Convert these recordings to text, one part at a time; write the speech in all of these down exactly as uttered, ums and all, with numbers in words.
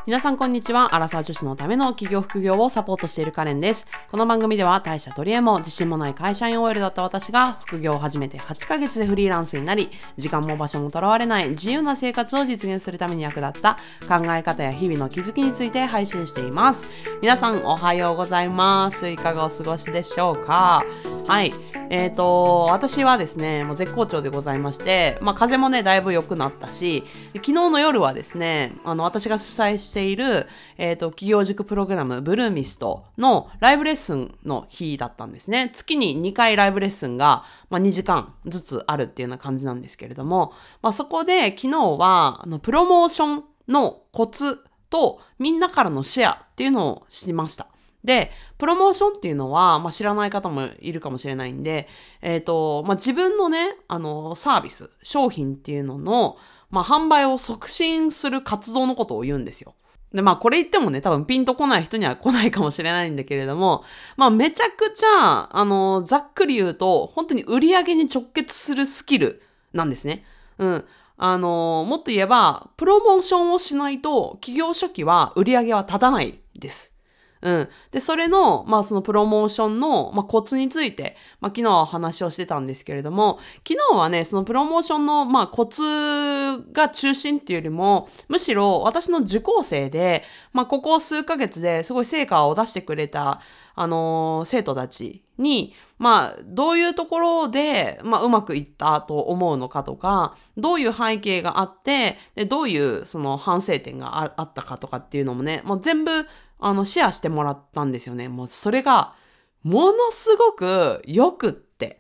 皆さんこんにちは。アラサー女子のための企業副業をサポートしているカレンです。この番組では大した取り柄も自信もない会社員 オーエル だった私が副業を始めてはちかげつでフリーランスになり、時間も場所もとらわれない自由な生活を実現するために役立った考え方や日々の気づきについて配信しています。皆さんおはようございます。いかがお過ごしでしょうか？はい。えっと、私はですね、もう絶好調でございまして、まあ風もね、だいぶ良くなったし、昨日の夜はですね、あの、私が主催している、えっと、企業塾プログラム、ブルーミストのライブレッスンの日だったんですね。月ににかいライブレッスンが、まあにじかんずつあるっていうような感じなんですけれども、まあそこで昨日は、あの、プロモーションのコツとみんなからのシェアっていうのをしました。で、プロモーションっていうのは、まあ、知らない方もいるかもしれないんで、えっと、まあ、自分のね、あの、サービス、商品っていうのの、まあ、販売を促進する活動のことを言うんですよ。で、まあ、これ言ってもね、多分ピンとこない人には来ないかもしれないんだけれども、まあ、めちゃくちゃ、あの、ざっくり言うと、本当に売り上げに直結するスキルなんですね。うん。あの、もっと言えば、プロモーションをしないと、企業初期は売り上げは立たないです。うん。で、それの、まあそのプロモーションの、まあコツについて、まあ昨日は話をしてたんですけれども、昨日はね、そのプロモーションの、まあコツが中心っていうよりも、むしろ私の受講生で、まあここ数ヶ月ですごい成果を出してくれた、あのー生徒たちに、まあ、どういうところで、まあ、うまくいったと思うのかとか、どういう背景があって、でどういうその反省点がああったかとかっていうのもね、もう全部、あの、シェアしてもらったんですよね。もうそれが、ものすごく良くって。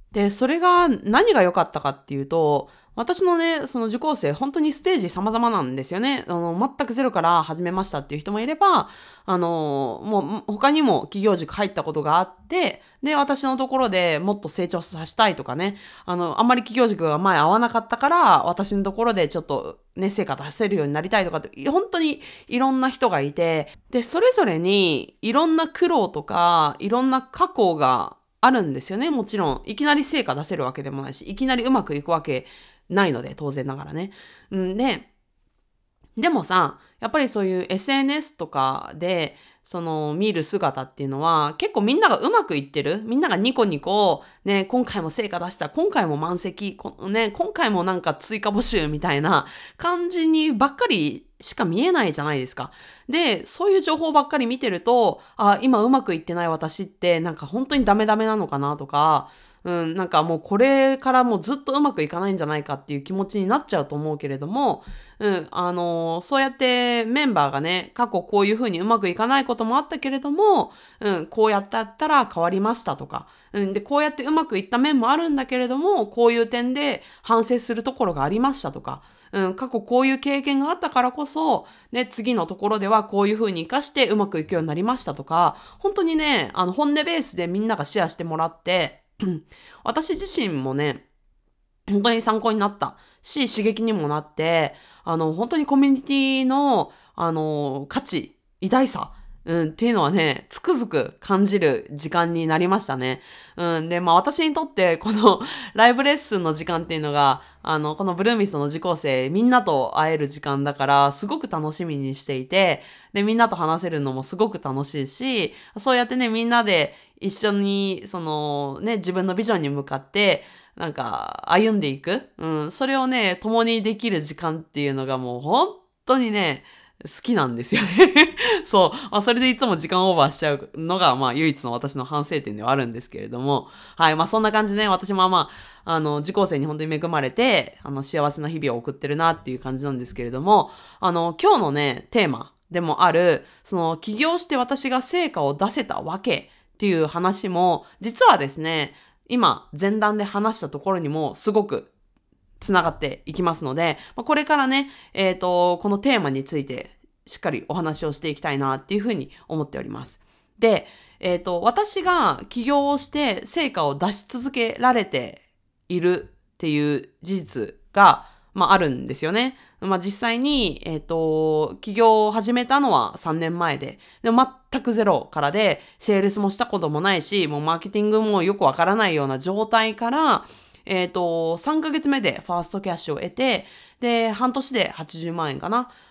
で、それが何が良かったかっていうと、私のね、その受講生、本当にステージ様々なんですよね。あの、全くゼロから始めましたっていう人もいれば、あの、もう他にも企業塾入ったことがあって、で、私のところでもっと成長させたいとかね、あの、あんまり企業塾が前合わなかったから、私のところでちょっとね、成果出せるようになりたいとかって、本当にいろんな人がいて、で、それぞれにいろんな苦労とか、いろんな過去があるんですよね。もちろん、いきなり成果出せるわけでもないし、いきなりうまくいくわけないので、当然ながらね。うんで、でもさ、やっぱりそういう エスエヌエス とかで、その見る姿っていうのは結構みんながうまくいってるみんながニコニコ、ね、今回も成果出した、今回も満席、こね、今回もなんか追加募集みたいな感じにばっかりしか見えないじゃないですか。で、そういう情報ばっかり見てると、あ、今うまくいってない私ってなんか本当にダメダメなのかなとか、うん、なんかもうこれからもうずっとうまくいかないんじゃないかっていう気持ちになっちゃうと思うけれども、うん、あのーそうやってメンバーがね、過去こういうふうにうまくいかないこともあったけれども、うん、こうやったったら変わりましたとか、うん、で、こうやってうまくいった面もあるんだけれども、こういう点で反省するところがありましたとか、うん、過去こういう経験があったからこそ、ね、次のところではこういうふうに活かしてうまくいくようになりましたとか、本当にね、あの、本音ベースでみんながシェアしてもらって、私自身もね、本当に参考になったし、刺激にもなって、あの、本当にコミュニティの、あの、価値、偉大さ、うん、っていうのはね、つくづく感じる時間になりましたね。うん、で、まあ私にとってこのライブレッスンの時間っていうのが、あの、このブルーミストの受講生、みんなと会える時間だから、すごく楽しみにしていて、で、みんなと話せるのもすごく楽しいし、そうやってね、みんなで一緒に、その、ね、自分のビジョンに向かって、なんか、歩んでいく。うん。それをね、共にできる時間っていうのがもう本当にね、好きなんですよね。そう。まあ、それでいつも時間オーバーしちゃうのが、まあ、唯一の私の反省点ではあるんですけれども。はい。まあ、そんな感じでね、私もまあ、あの、受講生に本当に恵まれて、あの、幸せな日々を送ってるなっていう感じなんですけれども、あの、今日のね、テーマでもある、その、起業して私が成果を出せたわけっていう話も、実はですね、今、前段で話したところにもすごくつながっていきますので、これからね、えっと、このテーマについてしっかりお話をしていきたいなっていうふうに思っております。で、えっと、私が起業をして成果を出し続けられているっていう事実が、まあ、あるんですよね。まあ、実際に、えっと、起業を始めたのはさんねんまえで、でも全くゼロからで、セールスもしたこともないし、もうマーケティングもよくわからないような状態から、えっと、さんかげつめでファーストキャッシュを得て、で、半年ではちじゅうまんえんかな。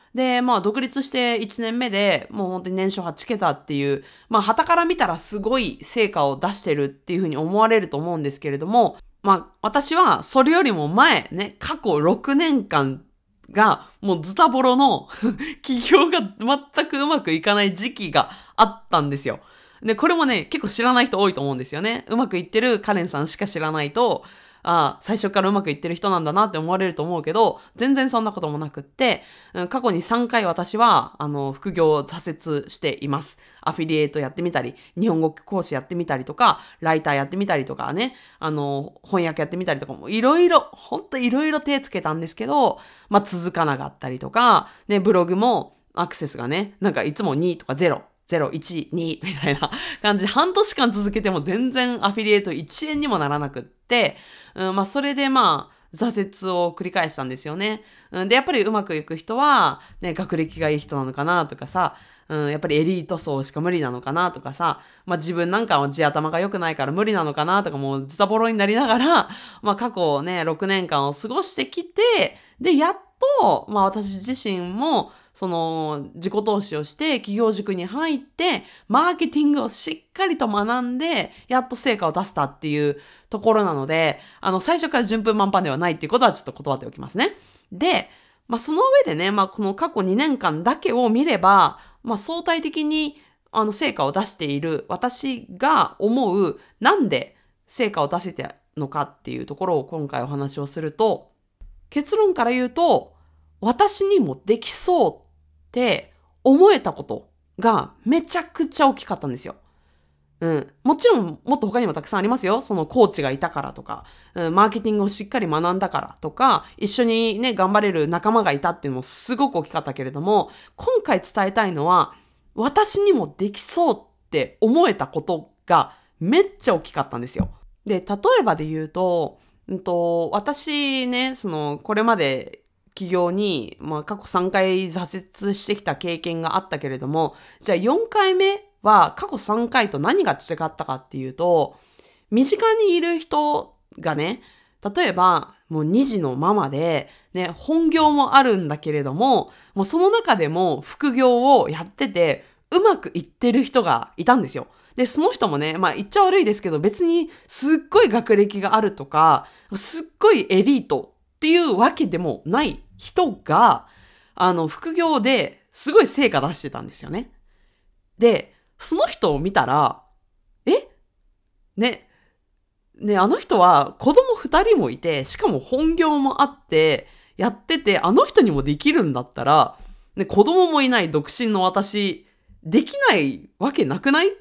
で、まあ、独立していちねんめでもう本当に年商はちけたっていう、まあ、傍から見たらすごい成果を出してるっていうふうに思われると思うんですけれども、まあ、私はそれよりも前ね、過去ろくねんかんがもうズタボロの起業が全くうまくいかない時期があったんですよ。で、これもね、結構知らない人多いと思うんですよね。うまくいってるカレンさんしか知らないと、ああ、最初からうまくいってる人なんだなって思われると思うけど、全然そんなこともなくって、うん、過去にさんかい私は、あの、副業を挫折しています。アフィリエイトやってみたり、日本語講師やってみたりとか、ライターやってみたりとかね、あの、翻訳やってみたりとかも、いろいろ、ほんといろいろ手つけたんですけど、まあ、続かなかったりとか、ね、ブログもアクセスがね、なんかいつもにとかゼロ。ゼロ、いち、にみたいな感じで半年間続けても全然アフィリエイトいちえんにもならなくって、うん、まあそれでまあ挫折を繰り返したんですよね。うん、で、やっぱりうまくいく人は、ね、学歴がいい人なのかなとかさ、うん、やっぱりエリート層しか無理なのかなとかさ、まあ自分なんかは地頭が良くないから無理なのかなとかもうズタボロになりながら、まあ過去ね、ろくねんかんを過ごしてきて、で、やっと、まあ私自身も、その自己投資をして企業塾に入ってマーケティングをしっかりと学んでやっと成果を出したっていうところなので、あの最初から順風満帆ではないっていうことはちょっと断っておきますね。で、まあその上でね、まあこの過去にねんかんだけを見れば、まあ相対的にあの成果を出している私が思うなんで成果を出せてるのかっていうところを今回お話をすると、結論から言うと、私にもできそうって思えたことがめちゃくちゃ大きかったんですよ。うん。もちろんもっと他にもたくさんありますよ。そのコーチがいたからとか、うん、マーケティングをしっかり学んだからとか、一緒にね、頑張れる仲間がいたっていうのもすごく大きかったけれども、今回伝えたいのは、私にもできそうって思えたことがめっちゃ大きかったんですよ。で、例えばで言うと、うんと、私ね、その、これまで企業に、まあ、過去さんかい挫折してきた経験があったけれども、じゃあよんかいめは過去さんかいと何が違ったかっていうと、身近にいる人がね、例えばもうに児のママで、ね、本業もあるんだけれども、もうその中でも副業をやってて、うまくいってる人がいたんですよ。で、その人もね、まあ言っちゃ悪いですけど、別にすっごい学歴があるとか、すっごいエリートっていうわけでもない人が、あの、副業ですごい成果出してたんですよね。で、その人を見たら、えね、ね、あの人は子供二人もいて、しかも本業もあって、やってて、あの人にもできるんだったら、ね、子供もいない独身の私、できないわけなくないって、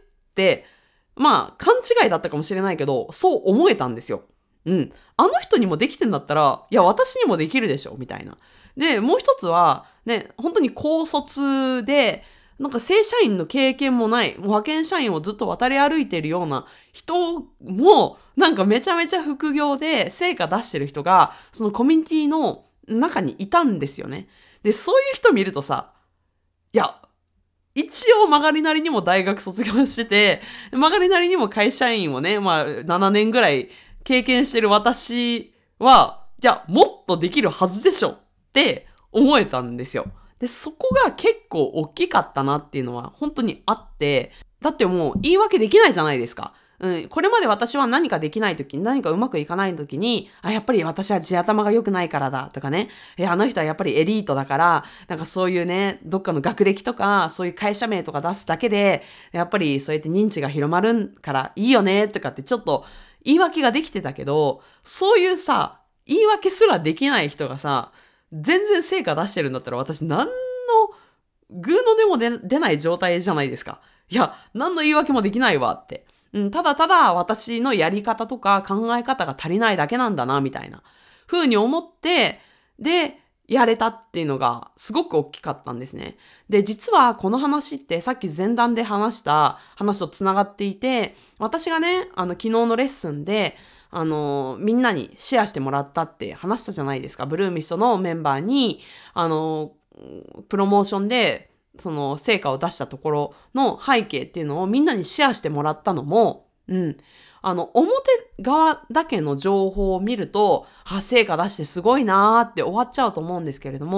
まあ、勘違いだったかもしれないけど、そう思えたんですよ。うん。あの人にもできてんだったら、いや、私にもできるでしょ、みたいな。で、もう一つは、ね、本当に高卒で、なんか正社員の経験もない、もう派遣社員をずっと渡り歩いているような人も、なんかめちゃめちゃ副業で成果出してる人が、そのコミュニティの中にいたんですよね。で、そういう人見るとさ、いや、一応曲がりなりにも大学卒業してて、曲がりなりにも会社員をね、まあななねんぐらい経験してる私は、じゃあもっとできるはずでしょって思えたんですよ。で、そこが結構大きかったなっていうのは本当にあって、だってもう言い訳できないじゃないですか。うん、これまで私は何かできないときに、何かうまくいかないときに、あ、やっぱり私は地頭が良くないからだとかね、え、あの人はやっぱりエリートだから、なんかそういうね、どっかの学歴とか、そういう会社名とか出すだけで、やっぱりそうやって認知が広まるからいいよね、とかってちょっと言い訳ができてたけど、そういうさ、言い訳すらできない人がさ、全然成果出してるんだったら私何のグーの根も出出ない状態じゃないですか。いや、何の言い訳もできないわって。うん、ただただ私のやり方とか考え方が足りないだけなんだな、みたいな風に思って、で、やれたっていうのがすごく大きかったんですね。で、実はこの話ってさっき前段で話した話とつながっていて、私がね、あの昨日のレッスンで、あの、みんなにシェアしてもらったって話したじゃないですか。ブルーミストのメンバーに、あの、プロモーションで、その成果を出したところの背景っていうのをみんなにシェアしてもらったのも、うん。あの、表側だけの情報を見ると、あ、成果出してすごいなーって終わっちゃうと思うんですけれども、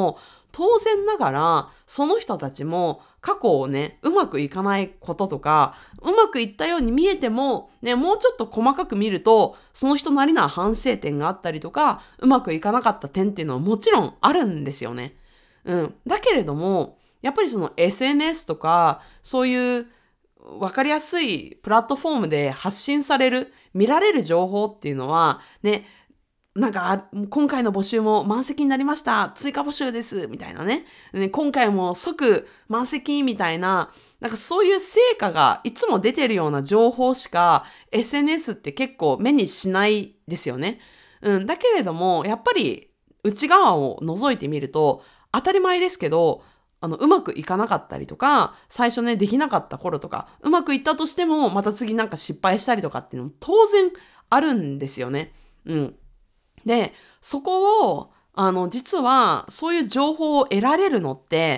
当然ながら、その人たちも過去をね、うまくいかないこととか、うまくいったように見えても、ね、もうちょっと細かく見ると、その人なりな反省点があったりとか、うまくいかなかった点っていうのはもちろんあるんですよね。うん。だけれども、やっぱりその エスエヌエス とか、そういうわかりやすいプラットフォームで発信される、見られる情報っていうのは、ね、なんか、今回の募集も満席になりました。追加募集です。みたいなね。ね、今回も即満席みたいな、なんかそういう成果がいつも出てるような情報しか エスエヌエス って結構目にしないですよね。うん。だけれども、やっぱり内側を覗いてみると、当たり前ですけど、あの、うまくいかなかったりとか、最初ね、できなかった頃とか、うまくいったとしても、また次なんか失敗したりとかっていうのも当然あるんですよね。うん。で、そこを、あの、実は、そういう情報を得られるのって、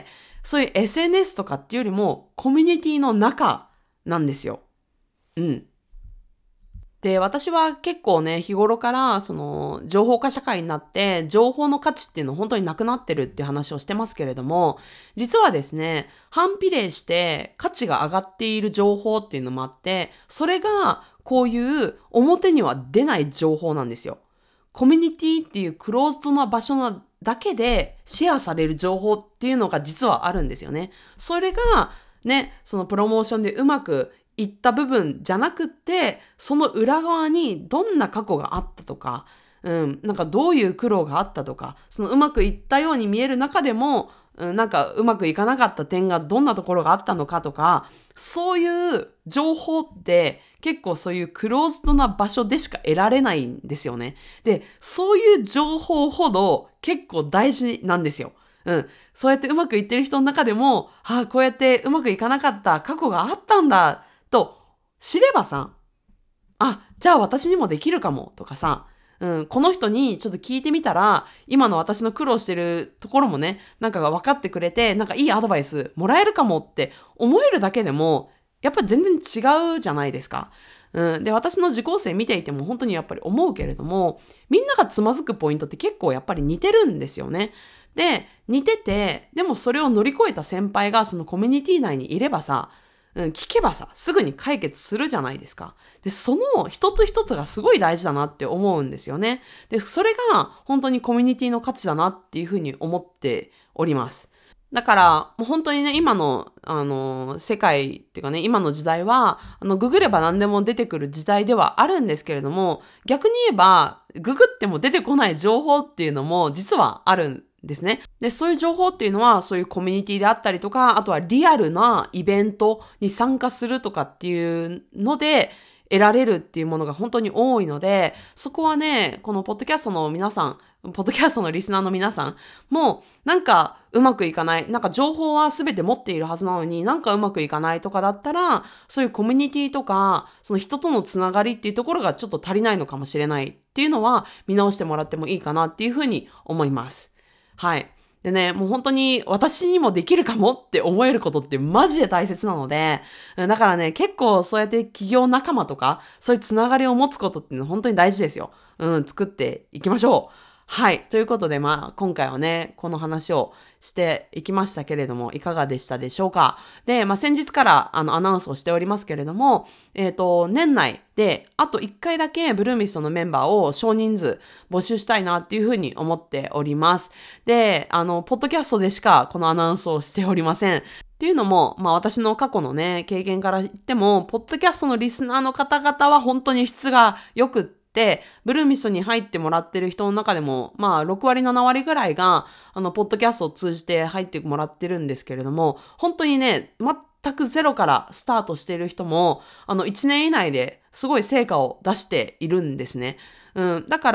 そういう エスエヌエス とかっていうよりも、コミュニティの中なんですよ。うん。で、私は結構ね、日頃から、その、情報化社会になって、情報の価値っていうのは本当になくなってるっていう話をしてますけれども、実はですね、反比例して価値が上がっている情報っていうのもあって、それが、こういう表には出ない情報なんですよ。コミュニティっていうクローズドな場所なだけでシェアされる情報っていうのが実はあるんですよね。それがね、そのプロモーションでうまくいった部分じゃなくって、その裏側にどんな過去があったとか、うん、なんかどういう苦労があったとか、そのうまくいったように見える中でも、うん、なんかうまくいかなかった点がどんなところがあったのかとか、そういう情報って結構そういうクローズドな場所でしか得られないんですよね。で、そういう情報ほど結構大事なんですよ。うん。そうやってうまくいってる人の中でも、ああ、こうやってうまくいかなかった過去があったんだと知ればさ、あ、じゃあ私にもできるかもとかさ、うん、この人にちょっと聞いてみたら、今の私の苦労してるところもね、なんかが分かってくれて、なんかいいアドバイスもらえるかもって思えるだけでも、やっぱり全然違うじゃないですか。うん、で、私の受講生見ていても本当にやっぱり思うけれども、みんながつまずくポイントって結構やっぱり似てるんですよね。で、似てて、でもそれを乗り越えた先輩がそのコミュニティ内にいればさ、うん、聞けばさ、すぐに解決するじゃないですか。で、その一つ一つがすごい大事だなって思うんですよね。で、それが本当にコミュニティの価値だなっていうふうに思っております。だから、もう本当にね、今の、あの、世界っていうかね、今の時代は、あの、ググれば何でも出てくる時代ではあるんですけれども、逆に言えば、ググっても出てこない情報っていうのも実はあるんですね。で、そういう情報っていうのは、そういうコミュニティであったりとか、あとはリアルなイベントに参加するとかっていうので、得られるっていうものが本当に多いので、そこはね、このポッドキャストの皆さん、ポッドキャストのリスナーの皆さんも、なんかうまくいかない、なんか情報は全て持っているはずなのに、なんかうまくいかないとかだったら、そういうコミュニティとか、その人とのつながりっていうところがちょっと足りないのかもしれないっていうのは、見直してもらってもいいかなっていうふうに思います。はい。でね、もう本当に私にもできるかもって思えることってマジで大切なので、だからね、結構そうやって企業仲間とか、そういうつながりを持つことっていうのは本当に大事ですよ。うん、作っていきましょう。はい。ということで、まあ、今回はね、この話をしていきましたけれども、いかがでしたでしょうか。で、まあ、先日から、あの、アナウンスをしておりますけれども、えっと、年内で、あといっかいだけ、ブルーミストのメンバーを少人数募集したいなっていうふうに思っております。で、あの、ポッドキャストでしか、このアナウンスをしておりません。っていうのも、まあ私の過去のね、経験から言っても、ポッドキャストのリスナーの方々は本当に質が良くって、で、ブルーミストに入ってもらってる人の中でも、まあ、ろくわりななわりぐらいが、あの、ポッドキャストを通じて入ってもらってるんですけれども、本当にね、全くゼロからスタートしている人も、あの、いちねん以内ですごい成果を出しているんですね。うん。だから、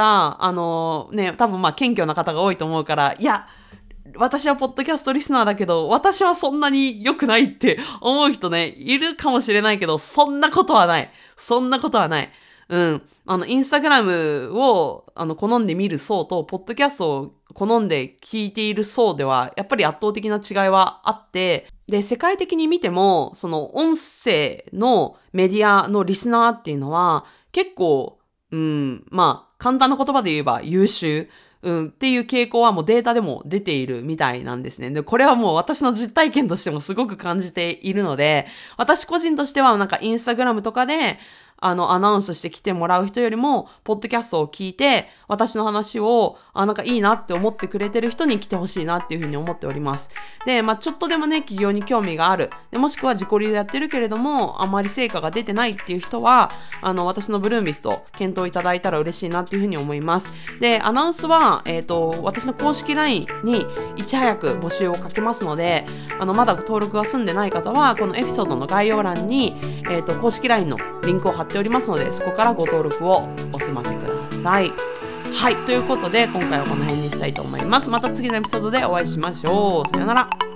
あの、ね、多分まあ、謙虚な方が多いと思うから、いや、私はポッドキャストリスナーだけど、私はそんなに良くないって思う人ね、いるかもしれないけど、そんなことはない。そんなことはない。うん。あの、インスタグラムを、あの、好んで見る層と、ポッドキャストを好んで聞いている層では、やっぱり圧倒的な違いはあって、で、世界的に見ても、その、音声のメディアのリスナーっていうのは、結構、うん、まあ、簡単な言葉で言えば優秀。 うん、っていう傾向はもうデータでも出ているみたいなんですね。で、これはもう私の実体験としてもすごく感じているので、私個人としてはなんかインスタグラムとかで、あの、アナウンスして来てもらう人よりも、ポッドキャストを聞いて、私の話を、あ、なんかいいなって思ってくれてる人に来てほしいなっていうふうに思っております。で、まあちょっとでもね、企業に興味がある。で、もしくは自己流でやってるけれども、あまり成果が出てないっていう人は、あの、私のブルーミスト、検討いただいたら嬉しいなっていうふうに思います。で、アナウンスは、えっと、私の公式 ライン にいち早く募集をかけますので、あの、まだ登録が済んでない方は、このエピソードの概要欄に、えっと、公式 ライン のリンクを貼っておりますので、そこからご登録をお済ませください。はい、ということで今回はこの辺にしたいと思います。また次のエピソードでお会いしましょう。さよなら。